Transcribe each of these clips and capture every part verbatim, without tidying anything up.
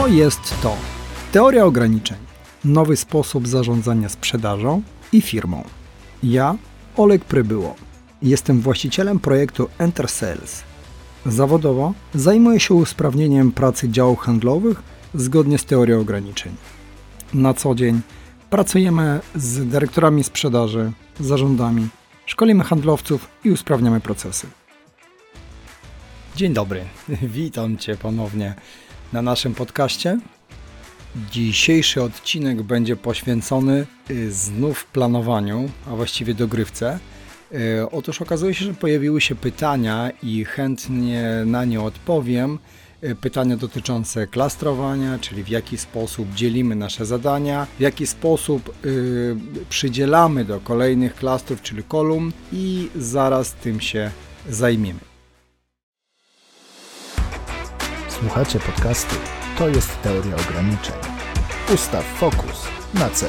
Co jest to? Teoria ograniczeń. Nowy sposób zarządzania sprzedażą i firmą. Ja, Oleg Przybyło. Jestem właścicielem projektu Enter Sales. Zawodowo zajmuję się usprawnieniem pracy działów handlowych zgodnie z teorią ograniczeń. Na co dzień pracujemy z dyrektorami sprzedaży, zarządami, szkolimy handlowców i usprawniamy procesy. Dzień dobry, witam Cię ponownie na naszym podcaście. Dzisiejszy odcinek będzie poświęcony znów planowaniu, a właściwie dogrywce. Otóż okazuje się, że pojawiły się pytania i chętnie na nie odpowiem. Pytania dotyczące klastrowania, czyli w jaki sposób dzielimy nasze zadania, w jaki sposób yy, przydzielamy do kolejnych klastrów, czyli kolumn, i zaraz tym się zajmiemy. Słuchacie podcastu To jest teoria ograniczeń. Ustaw fokus na cel.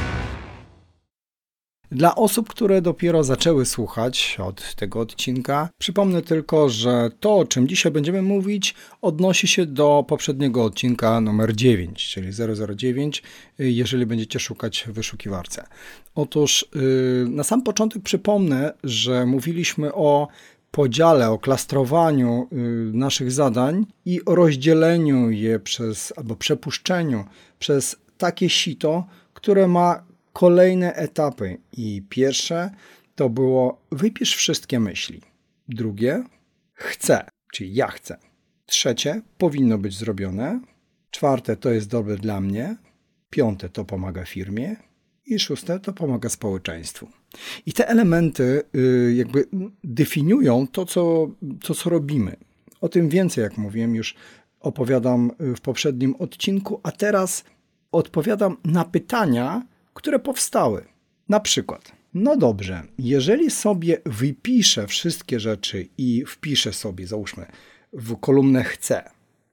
Dla osób, które dopiero zaczęły słuchać od tego odcinka, przypomnę tylko, że to, o czym dzisiaj będziemy mówić, odnosi się do poprzedniego odcinka numer dziewięć, czyli zero zero dziewięć, jeżeli będziecie szukać w wyszukiwarce. Otóż yy, na sam początek przypomnę, że mówiliśmy o podziale, o klastrowaniu yy, naszych zadań i o rozdzieleniu je przez, albo przepuszczeniu przez takie sito, które ma kolejne etapy. I pierwsze to było wypisz wszystkie myśli. Drugie chcę, czyli ja chcę. Trzecie powinno być zrobione. Czwarte to jest dobre dla mnie. Piąte to pomaga firmie. I szóste to pomaga społeczeństwu. I te elementy y, jakby definiują to co, to, co robimy. O tym więcej, jak mówiłem, już opowiadam w poprzednim odcinku, a teraz odpowiadam na pytania, które powstały. Na przykład, no dobrze, jeżeli sobie wypiszę wszystkie rzeczy i wpiszę sobie, załóżmy, w kolumnę chcę,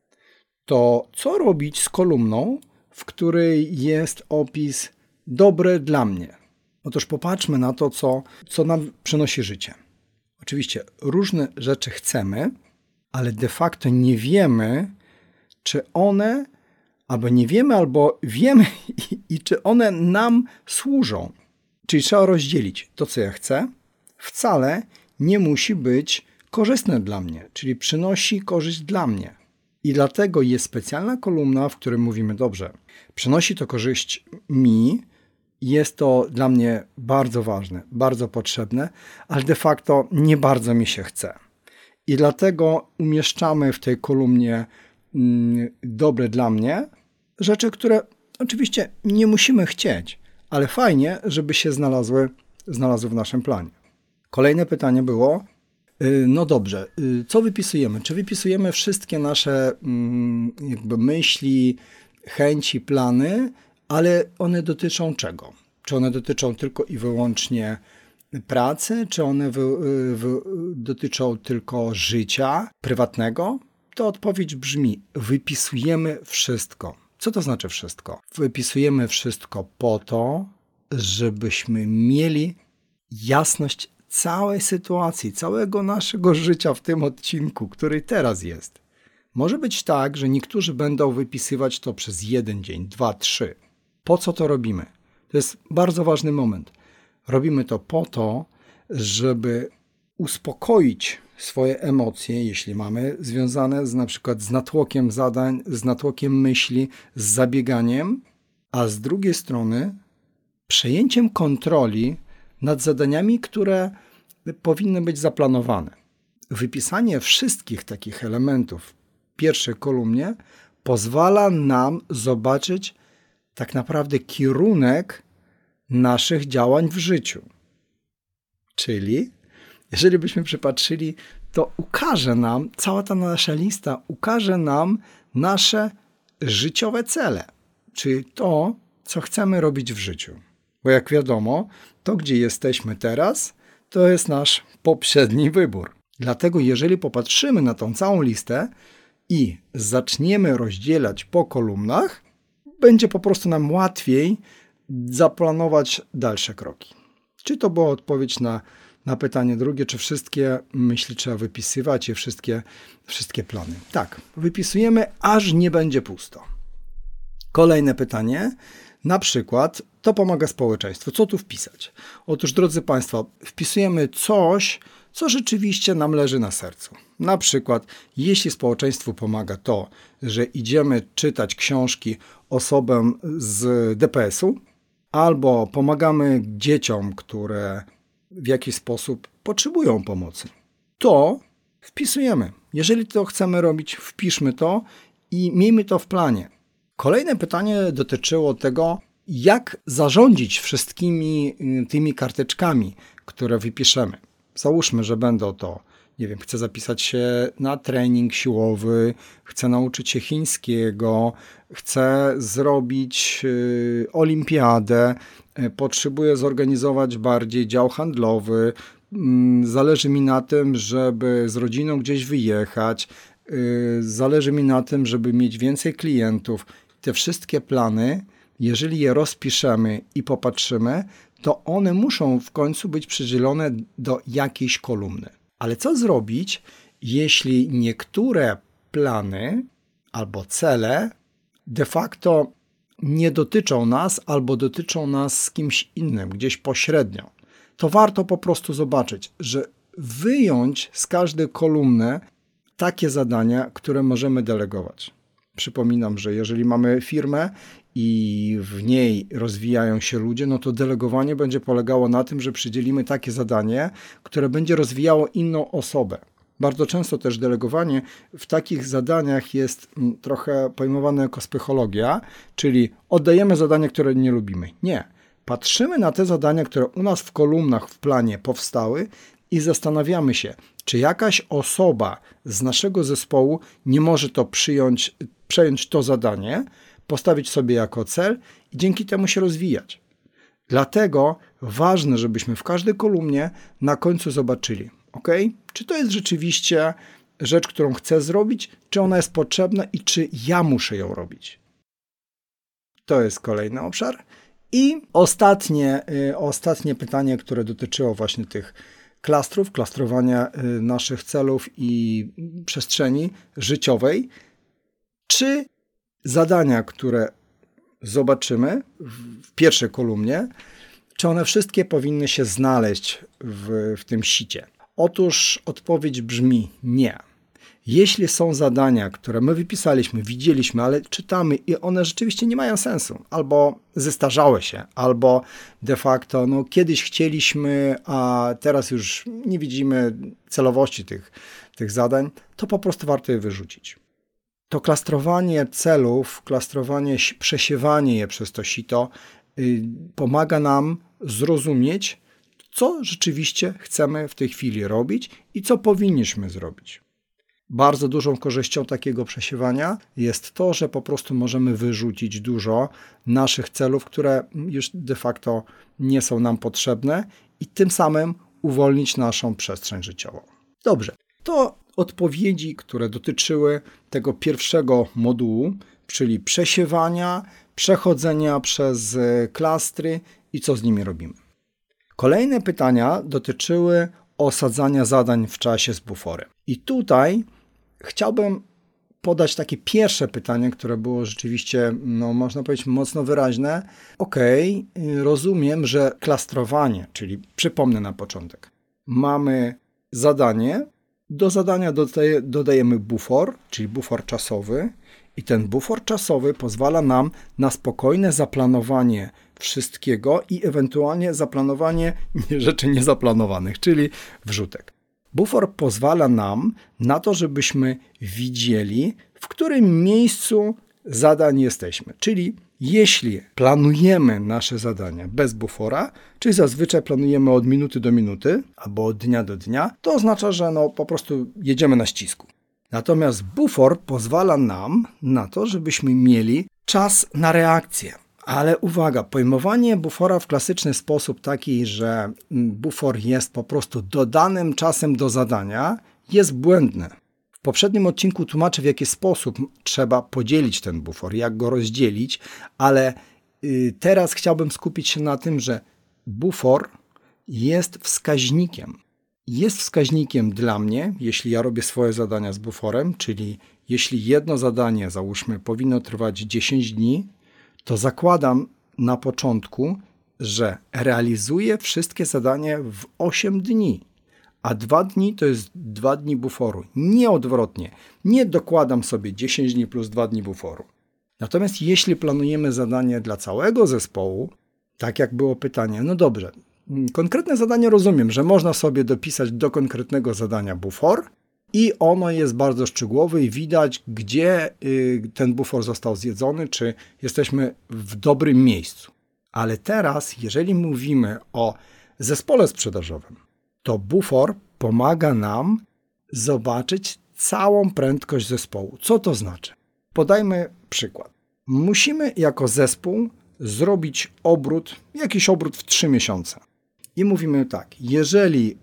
to co robić z kolumną, w której jest opis dobre dla mnie? Otóż popatrzmy na to, co, co nam przynosi życie. Oczywiście różne rzeczy chcemy, ale de facto nie wiemy, czy one albo nie wiemy, albo wiemy i, i czy one nam służą. Czyli trzeba rozdzielić to, co ja chcę, wcale nie musi być korzystne dla mnie, czyli przynosi korzyść dla mnie. I dlatego jest specjalna kolumna, w której mówimy, dobrze, przynosi to korzyść mi, jest to dla mnie bardzo ważne, bardzo potrzebne, ale de facto nie bardzo mi się chce. I dlatego umieszczamy w tej kolumnie dobre dla mnie rzeczy, które oczywiście nie musimy chcieć, ale fajnie, żeby się znalazły, znalazły w naszym planie. Kolejne pytanie było, no dobrze, co wypisujemy? Czy wypisujemy wszystkie nasze jakby myśli, chęci, plany, ale one dotyczą czego? Czy one dotyczą tylko i wyłącznie pracy? Czy one wy, wy, dotyczą tylko życia prywatnego? To odpowiedź brzmi, wypisujemy wszystko. Co to znaczy wszystko? Wypisujemy wszystko po to, żebyśmy mieli jasność całej sytuacji, całego naszego życia w tym odcinku, który teraz jest. Może być tak, że niektórzy będą wypisywać to przez jeden dzień, dwa, trzy. Po co to robimy? To jest bardzo ważny moment. Robimy to po to, żeby uspokoić swoje emocje, jeśli mamy związane z na przykład z natłokiem zadań, z natłokiem myśli, z zabieganiem, a z drugiej strony przejęciem kontroli nad zadaniami, które powinny być zaplanowane. Wypisanie wszystkich takich elementów w pierwszej kolumnie pozwala nam zobaczyć tak naprawdę kierunek naszych działań w życiu. Czyli jeżeli byśmy przypatrzyli, to ukaże nam, cała ta nasza lista ukaże nam nasze życiowe cele, czyli to, co chcemy robić w życiu. Bo jak wiadomo, to gdzie jesteśmy teraz, to jest nasz poprzedni wybór. Dlatego jeżeli popatrzymy na tą całą listę i zaczniemy rozdzielać po kolumnach, będzie po prostu nam łatwiej zaplanować dalsze kroki. Czy to była odpowiedź na Na pytanie drugie, czy wszystkie myśli trzeba wypisywać i wszystkie, wszystkie plany. Tak, wypisujemy, aż nie będzie pusto. Kolejne pytanie, na przykład, to pomaga społeczeństwu. Co tu wpisać? Otóż, drodzy Państwo, wpisujemy coś, co rzeczywiście nam leży na sercu. Na przykład, jeśli społeczeństwu pomaga to, że idziemy czytać książki osobom z D P S-u, albo pomagamy dzieciom, które w jakiś sposób potrzebują pomocy, to wpisujemy. Jeżeli to chcemy robić, wpiszmy to i miejmy to w planie. Kolejne pytanie dotyczyło tego, jak zarządzić wszystkimi tymi karteczkami, które wypiszemy. Załóżmy, że będą to, nie wiem, chcę zapisać się na trening siłowy, chcę nauczyć się chińskiego, chcę zrobić y, olimpiadę, y, potrzebuję zorganizować bardziej dział handlowy, y, zależy mi na tym, żeby z rodziną gdzieś wyjechać, y, zależy mi na tym, żeby mieć więcej klientów. Te wszystkie plany, jeżeli je rozpiszemy i popatrzymy, to one muszą w końcu być przydzielone do jakiejś kolumny. Ale co zrobić, jeśli niektóre plany albo cele de facto nie dotyczą nas albo dotyczą nas z kimś innym, gdzieś pośrednio? To warto po prostu zobaczyć, że wyjąć z każdej kolumny takie zadania, które możemy delegować. Przypominam, że jeżeli mamy firmę i w niej rozwijają się ludzie, no to delegowanie będzie polegało na tym, że przydzielimy takie zadanie, które będzie rozwijało inną osobę. Bardzo często też delegowanie w takich zadaniach jest trochę pojmowane jako psychologia, czyli oddajemy zadania, które nie lubimy. Nie. Patrzymy na te zadania, które u nas w kolumnach w planie powstały i zastanawiamy się, czy jakaś osoba z naszego zespołu nie może to przyjąć, przejąć to zadanie, postawić sobie jako cel i dzięki temu się rozwijać. Dlatego ważne, żebyśmy w każdej kolumnie na końcu zobaczyli, ok, czy to jest rzeczywiście rzecz, którą chcę zrobić, czy ona jest potrzebna i czy ja muszę ją robić. To jest kolejny obszar. I ostatnie, y, ostatnie pytanie, które dotyczyło właśnie tych klastrów, klastrowania y, naszych celów i przestrzeni życiowej. Czy zadania, które zobaczymy w pierwszej kolumnie, czy one wszystkie powinny się znaleźć w, w tym sicie? Otóż odpowiedź brzmi nie. Jeśli są zadania, które my wypisaliśmy, widzieliśmy, ale czytamy i one rzeczywiście nie mają sensu, albo zestarzałe się, albo de facto no, kiedyś chcieliśmy, a teraz już nie widzimy celowości tych, tych zadań, to po prostu warto je wyrzucić. To klastrowanie celów, klastrowanie, przesiewanie je przez to sito yy, pomaga nam zrozumieć, co rzeczywiście chcemy w tej chwili robić i co powinniśmy zrobić. Bardzo dużą korzyścią takiego przesiewania jest to, że po prostu możemy wyrzucić dużo naszych celów, które już de facto nie są nam potrzebne i tym samym uwolnić naszą przestrzeń życiową. Dobrze, to odpowiedzi, które dotyczyły tego pierwszego modułu, czyli przesiewania, przechodzenia przez klastry i co z nimi robimy. Kolejne pytania dotyczyły osadzania zadań w czasie z buforem. I tutaj chciałbym podać takie pierwsze pytanie, które było rzeczywiście, no, można powiedzieć, mocno wyraźne. Okej, okay, rozumiem, że klastrowanie, czyli przypomnę na początek, mamy zadanie, do zadania dodaje, dodajemy bufor, czyli bufor czasowy i ten bufor czasowy pozwala nam na spokojne zaplanowanie wszystkiego i ewentualnie zaplanowanie rzeczy niezaplanowanych, czyli wrzutek. Bufor pozwala nam na to, żebyśmy widzieli, w którym miejscu zadań jesteśmy. Czyli jeśli planujemy nasze zadania bez bufora, czyli zazwyczaj planujemy od minuty do minuty albo od dnia do dnia, to oznacza, że no po prostu jedziemy na ścisku. Natomiast bufor pozwala nam na to, żebyśmy mieli czas na reakcję. Ale uwaga, pojmowanie bufora w klasyczny sposób taki, że bufor jest po prostu dodanym czasem do zadania, jest błędne. W poprzednim odcinku tłumaczę, w jaki sposób trzeba podzielić ten bufor, jak go rozdzielić, ale teraz chciałbym skupić się na tym, że bufor jest wskaźnikiem. Jest wskaźnikiem dla mnie, jeśli ja robię swoje zadania z buforem, czyli jeśli jedno zadanie, załóżmy, powinno trwać dziesięć dni, to zakładam na początku, że realizuję wszystkie zadania w osiem dni, a dwa dni to jest dwa dni buforu. Nie odwrotnie. Nie dokładam sobie dziesięć dni plus dwa dni buforu. Natomiast jeśli planujemy zadanie dla całego zespołu, tak jak było pytanie, no dobrze, konkretne zadanie rozumiem, że można sobie dopisać do konkretnego zadania bufor i ono jest bardzo szczegółowe i widać, gdzie ten bufor został zjedzony, czy jesteśmy w dobrym miejscu. Ale teraz, jeżeli mówimy o zespole sprzedażowym, to bufor pomaga nam zobaczyć całą prędkość zespołu. Co to znaczy? Podajmy przykład. Musimy jako zespół zrobić obrót, jakiś obrót w trzy miesiące. I mówimy tak, jeżeli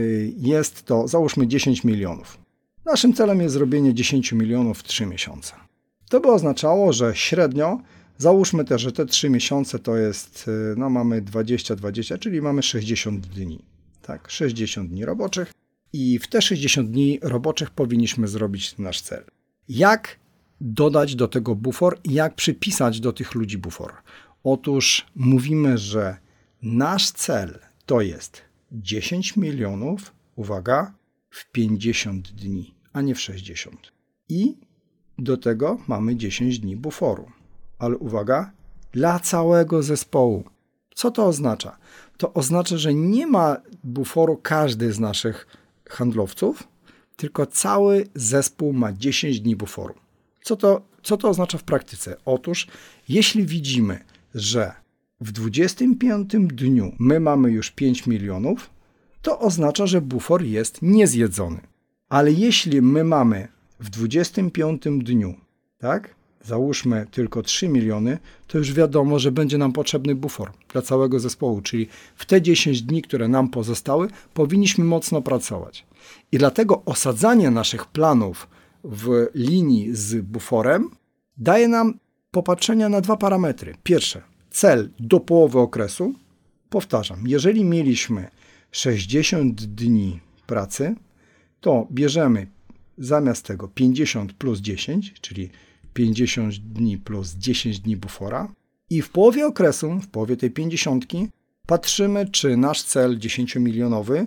jest to, załóżmy dziesięć milionów. Naszym celem jest zrobienie dziesięć milionów w trzy miesiące. To by oznaczało, że średnio, załóżmy też, że te trzy miesiące to jest, no mamy dwadzieścia dwadzieścia, czyli mamy sześćdziesiąt dni. Tak, sześćdziesiąt dni roboczych i w te sześćdziesiąt dni roboczych powinniśmy zrobić nasz cel. Jak dodać do tego bufor i jak przypisać do tych ludzi bufor? Otóż mówimy, że nasz cel to jest dziesięć milionów, uwaga, w pięćdziesiąt dni, a nie w sześćdziesiąt. I do tego mamy dziesięć dni buforu. Ale uwaga, dla całego zespołu. Co to oznacza? To oznacza, że nie ma buforu każdy z naszych handlowców, tylko cały zespół ma dziesięć dni buforu. Co to, co to oznacza w praktyce? Otóż, jeśli widzimy, że w dwudziestym piątym dniu my mamy już pięć milionów, to oznacza, że bufor jest niezjedzony. Ale jeśli my mamy w dwudziestym piątym dniu, tak, załóżmy tylko trzy miliony, to już wiadomo, że będzie nam potrzebny bufor dla całego zespołu, czyli w te dziesięć dni, które nam pozostały, powinniśmy mocno pracować. I dlatego osadzanie naszych planów w linii z buforem daje nam popatrzenia na dwa parametry. Pierwsze, cel do połowy okresu. Powtarzam, jeżeli mieliśmy sześćdziesiąt dni pracy, to bierzemy zamiast tego pięćdziesiąt plus dziesięć, czyli pięćdziesiąt dni plus dziesięć dni bufora i w połowie okresu, w połowie tej pięćdziesiątki patrzymy, czy nasz cel dziesięciomilionowy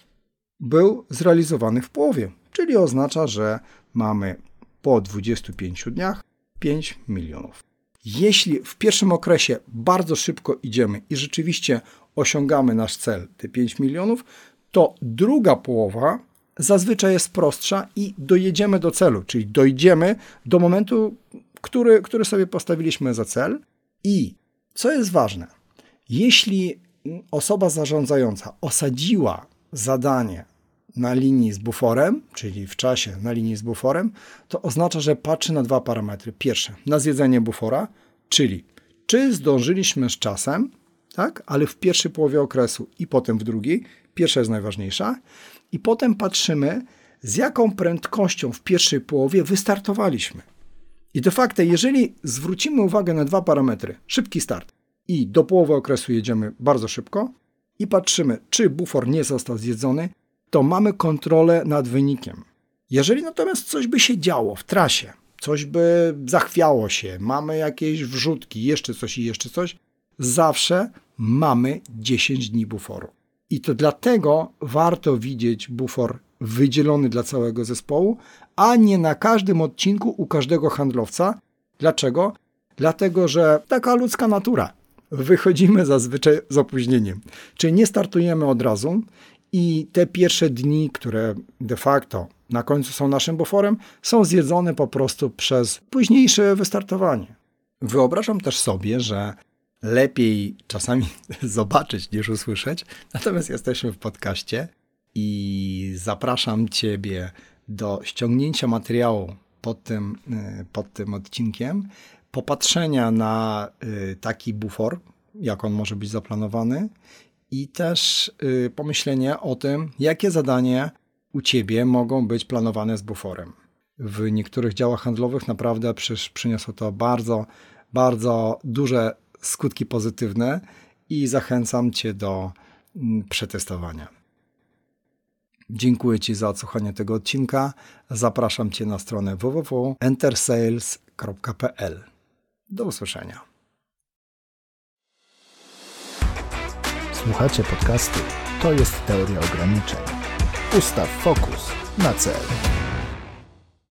był zrealizowany w połowie, czyli oznacza, że mamy po dwudziestu pięciu dniach pięć milionów. Jeśli w pierwszym okresie bardzo szybko idziemy i rzeczywiście osiągamy nasz cel, te pięć milionów, to druga połowa zazwyczaj jest prostsza i dojedziemy do celu, czyli dojdziemy do momentu, który, który sobie postawiliśmy za cel. I co jest ważne, jeśli osoba zarządzająca osadziła zadanie na linii z buforem, czyli w czasie na linii z buforem, to oznacza, że patrzy na dwa parametry. Pierwsze, na zjedzenie bufora, czyli czy zdążyliśmy z czasem, tak, ale w pierwszej połowie okresu i potem w drugiej. Pierwsza jest najważniejsza. I potem patrzymy, z jaką prędkością w pierwszej połowie wystartowaliśmy. I de facto, jeżeli zwrócimy uwagę na dwa parametry, szybki start i do połowy okresu jedziemy bardzo szybko i patrzymy, czy bufor nie został zjedzony, to mamy kontrolę nad wynikiem. Jeżeli natomiast coś by się działo w trasie, coś by zachwiało się, mamy jakieś wrzutki, jeszcze coś i jeszcze coś, zawsze mamy dziesięć dni buforu. I to dlatego warto widzieć bufor wydzielony dla całego zespołu, a nie na każdym odcinku u każdego handlowca. Dlaczego? Dlatego, że taka ludzka natura. Wychodzimy zazwyczaj z opóźnieniem. Czyli nie startujemy od razu i te pierwsze dni, które de facto na końcu są naszym buforem, są zjedzone po prostu przez późniejsze wystartowanie. Wyobrażam też sobie, że lepiej czasami zobaczyć niż usłyszeć, natomiast jesteśmy w podcaście i zapraszam Ciebie do ściągnięcia materiału pod tym, pod tym odcinkiem, popatrzenia na taki bufor, jak on może być zaplanowany i też pomyślenia o tym, jakie zadania u Ciebie mogą być planowane z buforem. W niektórych działach handlowych naprawdę przyniosło to bardzo, bardzo duże skutki pozytywne i zachęcam Cię do przetestowania. Dziękuję Ci za odsłuchanie tego odcinka. Zapraszam Cię na stronę w w w kropka entersales kropka p l. Do usłyszenia. Słuchacie podcastu To jest teoria ograniczeń. Ustaw fokus na cel.